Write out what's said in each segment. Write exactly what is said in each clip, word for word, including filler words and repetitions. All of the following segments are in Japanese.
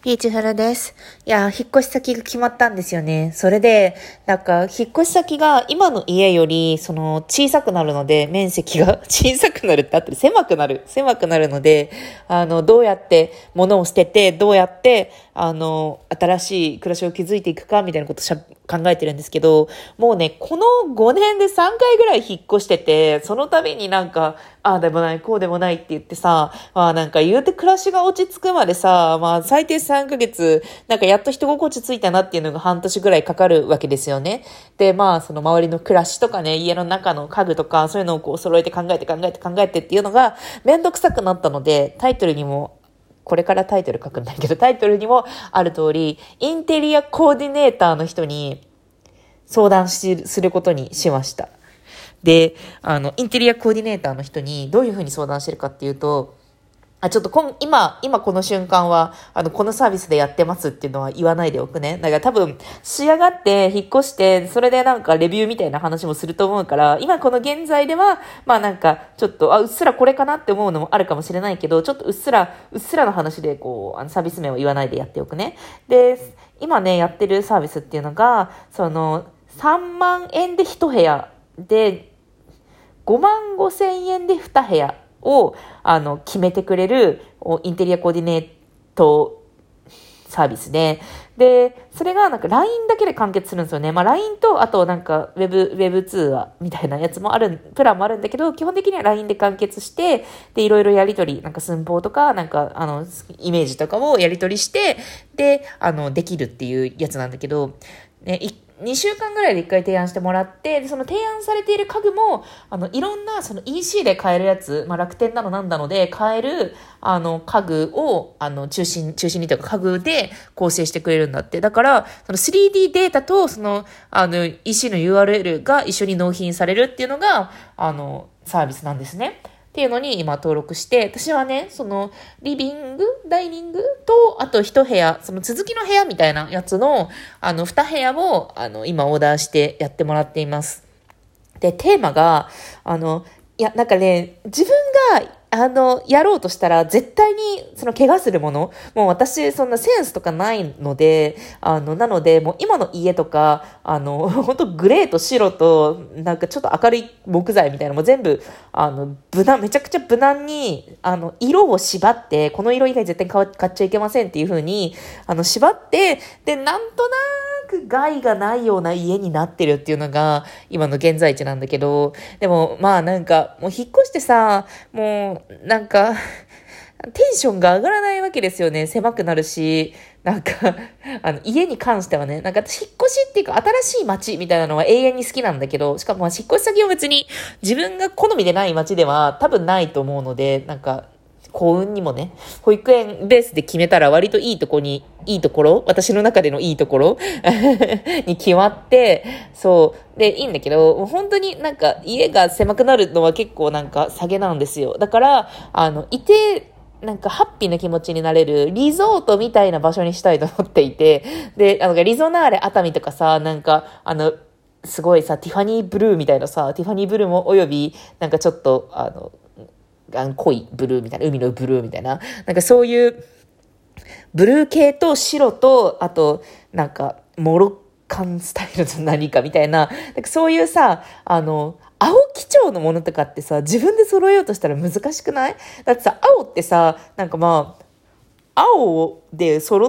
ピーチフルです。いや、引っ越し先が決まったんですよね。それで、なんか、引っ越し先が今の家より、その、小さくなるので、面積が小さくなるってあって狭くなる。狭くなるので、あの、どうやって物を捨てて、どうやって、あの、新しい暮らしを築いていくか、みたいなことをしゃ考えてるんですけど、もうね、このごねんでさんかいぐらい引っ越してて、その度になんか、ああでもない、こうでもないって言ってさ、まあなんか言うて暮らしが落ち着くまでさ、まあ最低さんかげつ、なんかやっと人心地ついたなっていうのが半年ぐらいかかるわけですよね。で、まあその周りの暮らしとかね、家の中の家具とか、そういうのをこう揃えて考えて考えて考えてっていうのがめんどくさくなったので、タイトルにも、これからタイトル書くんだけど、タイトルにもある通り、インテリアコーディネーターの人に相談しすることにしました。で、あの、インテリアコーディネーターの人にどういうふうに相談してるかっていうと、あ、ちょっと今、今、今この瞬間は、あの、このサービスでやってますっていうのは言わないでおくね。だから多分、仕上がって、引っ越して、それでなんかレビューみたいな話もすると思うから、今この現在では、まあなんか、ちょっと、あ、うっすらこれかなって思うのもあるかもしれないけど、ちょっとうっすら、うっすらの話で、こう、あの、サービス名を言わないでやっておくね。で、今ね、やってるサービスっていうのが、その、さんまんえんでいち部屋で、ごまんごせんえんでに部屋をあの決めてくれるインテリアコーディネートサービスで、で、それがなんか ライン だけで完結するんですよね。まあ ライン と、あとなんか Web、ウェブ通話みたいなやつもある、プランもあるんだけど、基本的には ライン で完結して、で、いろいろやりとり、なんか寸法とか、なんかあの、イメージとかをやりとりして、で、あの、できるっていうやつなんだけど、ね、にしゅうかんぐらいでいっかい提案してもらって、でその提案されている家具も、あの、いろんな、その イーシー で買えるやつ、まあ、楽天なのなんだので、買える、あの、家具を、あの、中心、中心にというか家具で構成してくれるんだって。だから、その スリーディー データと、その、あの、イーシー の ユーアールエル が一緒に納品されるっていうのが、あの、サービスなんですね。っていうのに今登録して、私はね、そのリビング、ダイニングと、あと一部屋、その続きの部屋みたいなやつの、あの二部屋を、あの、今オーダーしてやってもらっています。で、テーマが、あの、いや、なんかね、自分が、あの、やろうとしたら、絶対に、その、怪我するもの、もう私、そんなセンスとかないので、あの、なので、もう今の家とか、あの、本当グレーと白と、なんかちょっと明るい木材みたいなのも全部、あの、無難、めちゃくちゃ無難に、あの、色を縛って、この色以外絶対買買っちゃいけませんっていう風に、あの、縛って、で、なんとなく害がないような家になってるっていうのが、今の現在地なんだけど、でも、まあなんか、もう引っ越してさ、もう、なんか、テンションが上がらないわけですよね。狭くなるし、なんか、あの、家に関してはね、なんか引っ越しっていうか新しい街みたいなのは永遠に好きなんだけど、しかもまあ引っ越し先は別に自分が好みでない街では多分ないと思うので、なんか、幸運にもね、保育園ベースで決めたら割といいとこに、いいところ、私の中でのいいところに決まって、そう。で、いいんだけど、本当になんか家が狭くなるのは結構なんか下げなんですよ。だから、あの、いて、なんかハッピーな気持ちになれるリゾートみたいな場所にしたいと思っていて、で、あの、リゾナーレ熱海とかさ、なんか、あの、すごいさ、ティファニーブルーみたいなさ、ティファニーブルーもおよび、なんかちょっと、あの、濃いブルーみたいな、海のブルーみたいな、なんかそういうブルー系と白と、あとなんかモロッカンスタイルの何かみたいな、なんかそういうさ、あの青基調のものとかってさ、自分で揃えようとしたら難しくない？だってさ、青ってさ、なんかまあ青で揃った、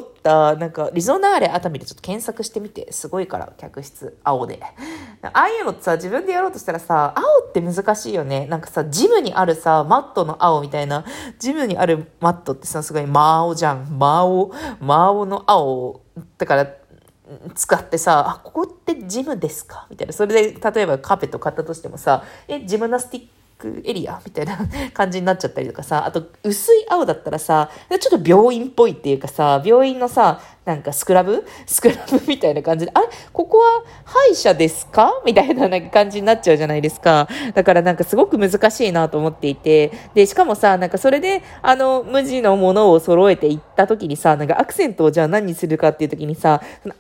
なんか、リゾナーレ熱海でちょっと検索してみて、すごいから、客室、青で。ああいうのってさ、自分でやろうとしたらさ、青って難しいよね。なんかさ、ジムにあるさ、マットの青みたいな、ジムにあるマットってさ、すごいマ青じゃん。マ青、マ青の青。だから、使ってさ、あ、ここってジムですかみたいな。それで、例えばカーペット買ったとしてもさ、え、ジムナスティック、エリアみたいな感じになっちゃったりとかさ、あと薄い青だったらさ、ちょっと病院っぽいっていうかさ、病院のさ、なんかスクラブスクラブみたいな感じで、あれここは歯医者ですかみたいな感じになっちゃうじゃないですか。だからなんかすごく難しいなと思っていて、で、しかもさ、なんかそれで、あの、無地のものを揃えていった時にさ、なんかアクセントをじゃあ何にするかっていう時にさ、そのアクセン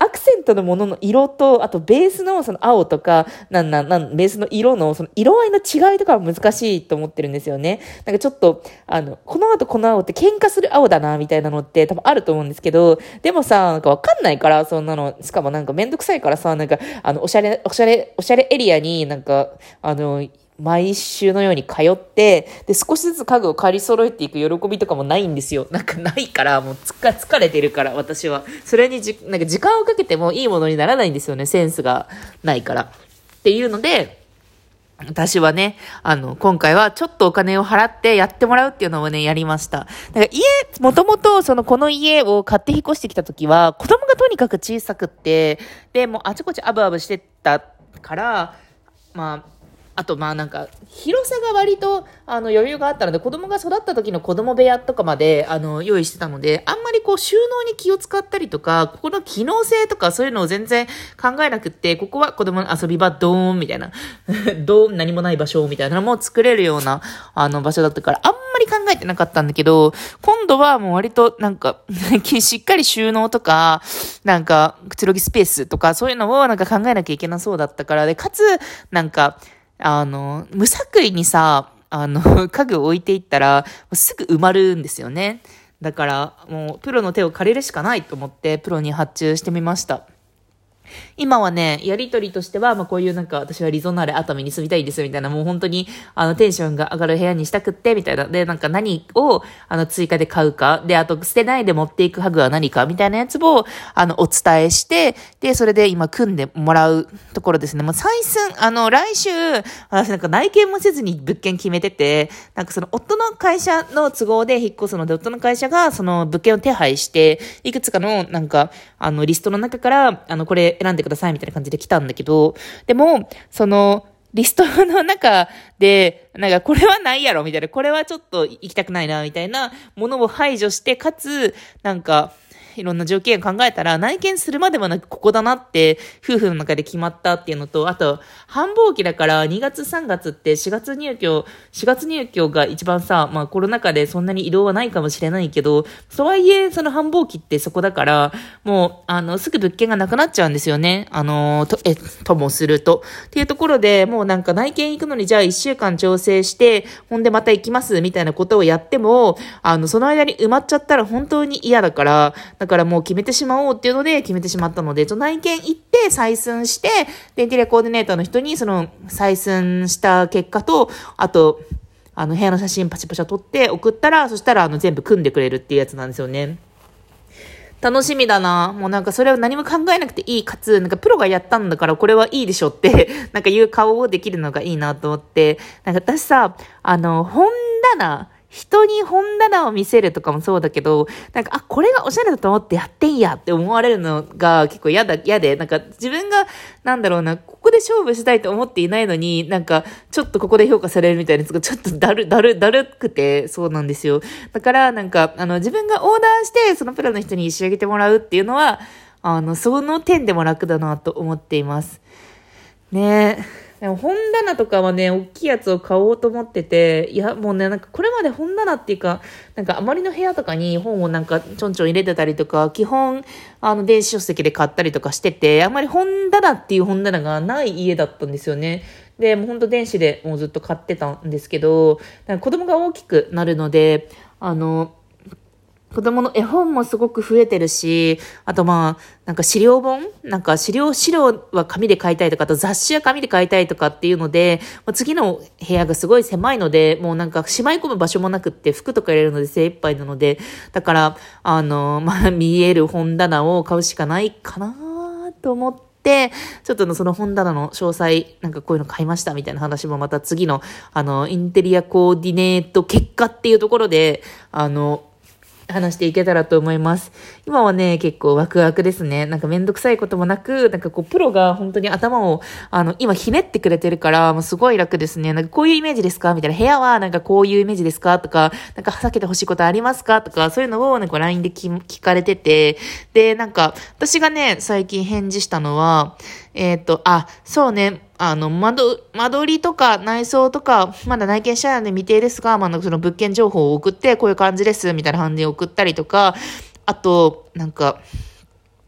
トのものの色と、あとベースのその青とか、なんなん、なん、ベースの色のその色合いの違いとかは難しいと思ってるんですよね。なんかちょっと、あの、この青とこの青って喧嘩する青だな、みたいなのって多分あると思うんですけど、でもさ、なんかわかんないから、そんなの、しかもなんかめんどくさいからさ、なんか、あの、おしゃれ、おしゃれ、おしゃれエリアになんか、あの、毎週のように通って、で、少しずつ家具を借り揃えていく喜びとかもないんですよ。なんかないから、もうつか疲れてるから、私は。それにじ、なんか時間をかけてもいいものにならないんですよね。センスがないから。っていうので、私はね、あの、今回はちょっとお金を払ってやってもらうっていうのをね、やりました。だから家、もともとそのこの家を買って引っ越してきた時は、子供がとにかく小さくって、で、もうあちこちアブアブしてたから、まあ、あとまあなんか広さが割とあの余裕があったので、子供が育った時の子供部屋とかまであの用意してたので、あんまりこう収納に気を使ったりとか、ここの機能性とかそういうのを全然考えなくって、ここは子供の遊び場ドーンみたいなドーン何もない場所みたいなのも作れるようなあの場所だったから、あんまり考えてなかったんだけど、今度はもう割となんかしっかり収納とかなんかくつろぎスペースとかそういうのをなんか考えなきゃいけなそうだったから、でかつなんかあの、無作為にさ、あの、家具を置いていったら、すぐ埋まるんですよね。だから、もう、プロの手を借りるしかないと思って、プロに発注してみました。今はね、やりとりとしては、まあこういうなんか、私はリゾナーレ熱海に住みたいですみたいな、もう本当に、あの、テンションが上がる部屋にしたくって、みたいな。で、なんか何を、あの、追加で買うか。で、あと、捨てないで持っていく家具は何か、みたいなやつを、あの、お伝えして、で、それで今、組んでもらうところですね。もう、採寸、あの、来週、私なんか内見もせずに物件決めてて、なんかその、夫の会社の都合で引っ越すので、夫の会社が、その、物件を手配して、いくつかの、なんか、あの、リストの中から、あの、これ選んでくださいみたいな感じで来たんだけど、でも、その、リストの中で、なんかこれはないやろみたいな、これはちょっと行きたくないなみたいなものを排除して、かつ、なんか、いろんな条件を考えたら、内見するまでもなくここだなって、夫婦の中で決まったっていうのと、あと、繁忙期だからにがつさんがつってしがつ入居、しがつ入居が一番さ、まあコロナ禍でそんなに移動はないかもしれないけど、とはいえ、その繁忙期ってそこだから、もう、あの、すぐ物件がなくなっちゃうんですよね。あの、と、え、ともすると。っていうところで、もうなんか内見行くのにじゃあいっしゅうかん調整して、ほんでまた行きますみたいなことをやっても、あの、その間に埋まっちゃったら本当に嫌だから、だからもう決めてしまおうっていうので決めてしまったので、内見行って採寸して、で、インテリアコーディネーターの人にその採寸した結果と、あと、あの、部屋の写真パシパシ撮って送ったら、そしたらあの全部組んでくれるっていうやつなんですよね。楽しみだな。もうなんかそれを何も考えなくていい、かつ、なんかプロがやったんだからこれはいいでしょって、なんかいう顔をできるのがいいなと思って、なんか私さ、あの、本棚、人に本棚を見せるとかもそうだけど、なんか、あ、これがおしゃれだと思ってやってんやって思われるのが結構嫌だ、嫌で、なんか自分が、なんだろうな、ここで勝負したいと思っていないのに、なんか、ちょっとここで評価されるみたいなやつがちょっとだる、だる、だるくて、そうなんですよ。だから、なんか、あの、自分がオーダーして、そのプロの人に仕上げてもらうっていうのは、あの、その点でも楽だなと思っています。ねえ。でも本棚とかはね、大きいやつを買おうと思ってて、いや、もうね、なんかこれまで本棚っていうか、なんかあまりの部屋とかに本をなんかちょんちょん入れてたりとか、基本、あの、電子書籍で買ったりとかしてて、あんまり本棚っていう本棚がない家だったんですよね。で、もうほんと電子でもうずっと買ってたんですけど、なんか子供が大きくなるので、あの、子供の絵本もすごく増えてるし、あとまあ、なんか資料本なんか資料、資料は紙で買いたいとか、あと雑誌は紙で買いたいとかっていうので、もう次の部屋がすごい狭いので、もうなんかしまい込む場所もなくって服とか入れるので精一杯なので、だから、あの、まあ見える本棚を買うしかないかなと思って、で、ちょっとのその本棚の詳細、なんかこういうの買いましたみたいな話もまた次の、あの、インテリアコーディネート結果っていうところで、あの、話していけたらと思います。今はね、結構ワクワクですね。なんかめんどくさいこともなく、なんかこう、プロが本当に頭を、あの、今ひねってくれてるから、もうすごい楽ですね。なんかこういうイメージですかみたいな。部屋はなんかこういうイメージですかとか、なんか避けてほしいことありますかとか、そういうのをなんか ライン で聞聞かれてて、で、なんか、私がね、最近返事したのは、えっと、あ、そうね、あの、窓、間取りとか内装とか、まだ内見したいので未定ですが、まあ、その物件情報を送って、こういう感じです、みたいな感じで送ったりとか、あと、なんか、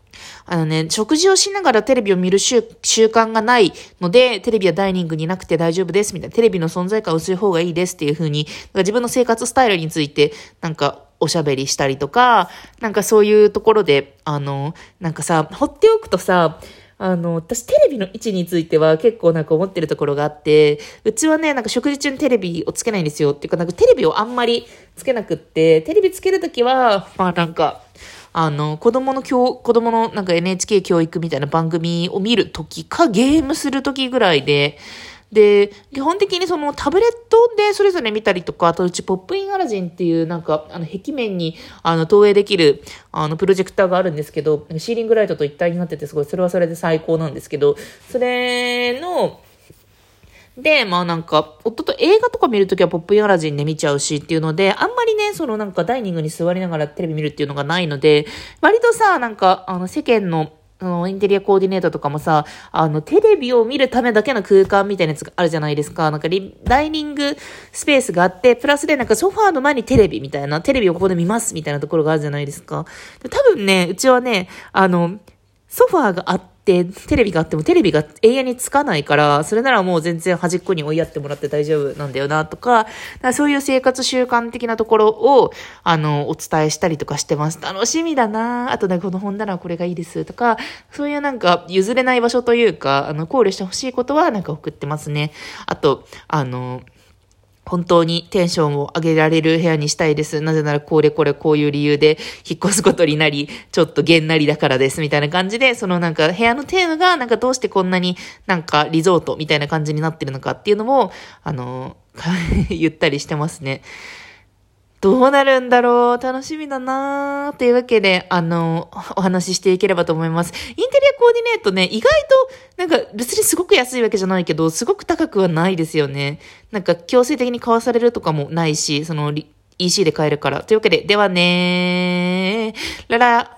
あのね、食事をしながらテレビを見る習習慣がないので、テレビはダイニングになくて大丈夫です、みたいな。テレビの存在感薄い方がいいですっていう風に、なんか自分の生活スタイルについて、なんか、おしゃべりしたりとか、なんかそういうところで、あの、なんかさ、放っておくとさ、あの、私テレビの位置については結構なんか思ってるところがあって、うちはね、なんか食事中にテレビをつけないんですよ。っていうか、なんかテレビをあんまりつけなくって、テレビつけるときは、まあなんか、あの、子供の教、子供のなんか エヌエイチケー 教育みたいな番組を見るときか、ゲームするときぐらいで、で、基本的にそのタブレットでそれぞれ見たりとか、あとうちポップインアラジンっていうなんか、あの、壁面に、あの、投影できる、あの、プロジェクターがあるんですけど、シーリングライトと一体になっててすごい、それはそれで最高なんですけど、それの、で、まあなんか、夫と映画とか見るときはポップインアラジンで見ちゃうしっていうので、あんまりね、そのなんかダイニングに座りながらテレビ見るっていうのがないので、割とさ、なんか、あの、世間の、あの、インテリアコーディネートとかもさ、あの、テレビを見るためだけの空間みたいなやつがあるじゃないですか。なんかリ、ダイニングスペースがあって、プラスでなんかソファーの前にテレビみたいな、テレビをここで見ますみたいなところがあるじゃないですか。で多分ね、うちはね、あの、ソファーがあって、テレビがあってもテレビが永遠につかないから、それならもう全然端っこに追いやってもらって大丈夫なんだよなとか、だからそういう生活習慣的なところを、あの、お伝えしたりとかしてます。楽しみだなあとね、この本棚はこれがいいですとか、そういうなんか譲れない場所というか、あの、考慮してほしいことはなんか送ってますね。あと、あの、本当にテンションを上げられる部屋にしたいです。なぜならこれこれこういう理由で引っ越すことになり、ちょっとげんなりだからです。みたいな感じで、そのなんか部屋のテーマがなんかどうしてこんなになんかリゾートみたいな感じになってるのかっていうのも、あの、言ったりしてますね。どうなるんだろう楽しみだなーというわけで、あの、お話ししていければと思います。インテリアコーディネートね、意外と、なんか、別にすごく安いわけじゃないけど、すごく高くはないですよね。なんか、強制的に買わされるとかもないし、その、イーシー で買えるから。というわけで、ではねー、ララ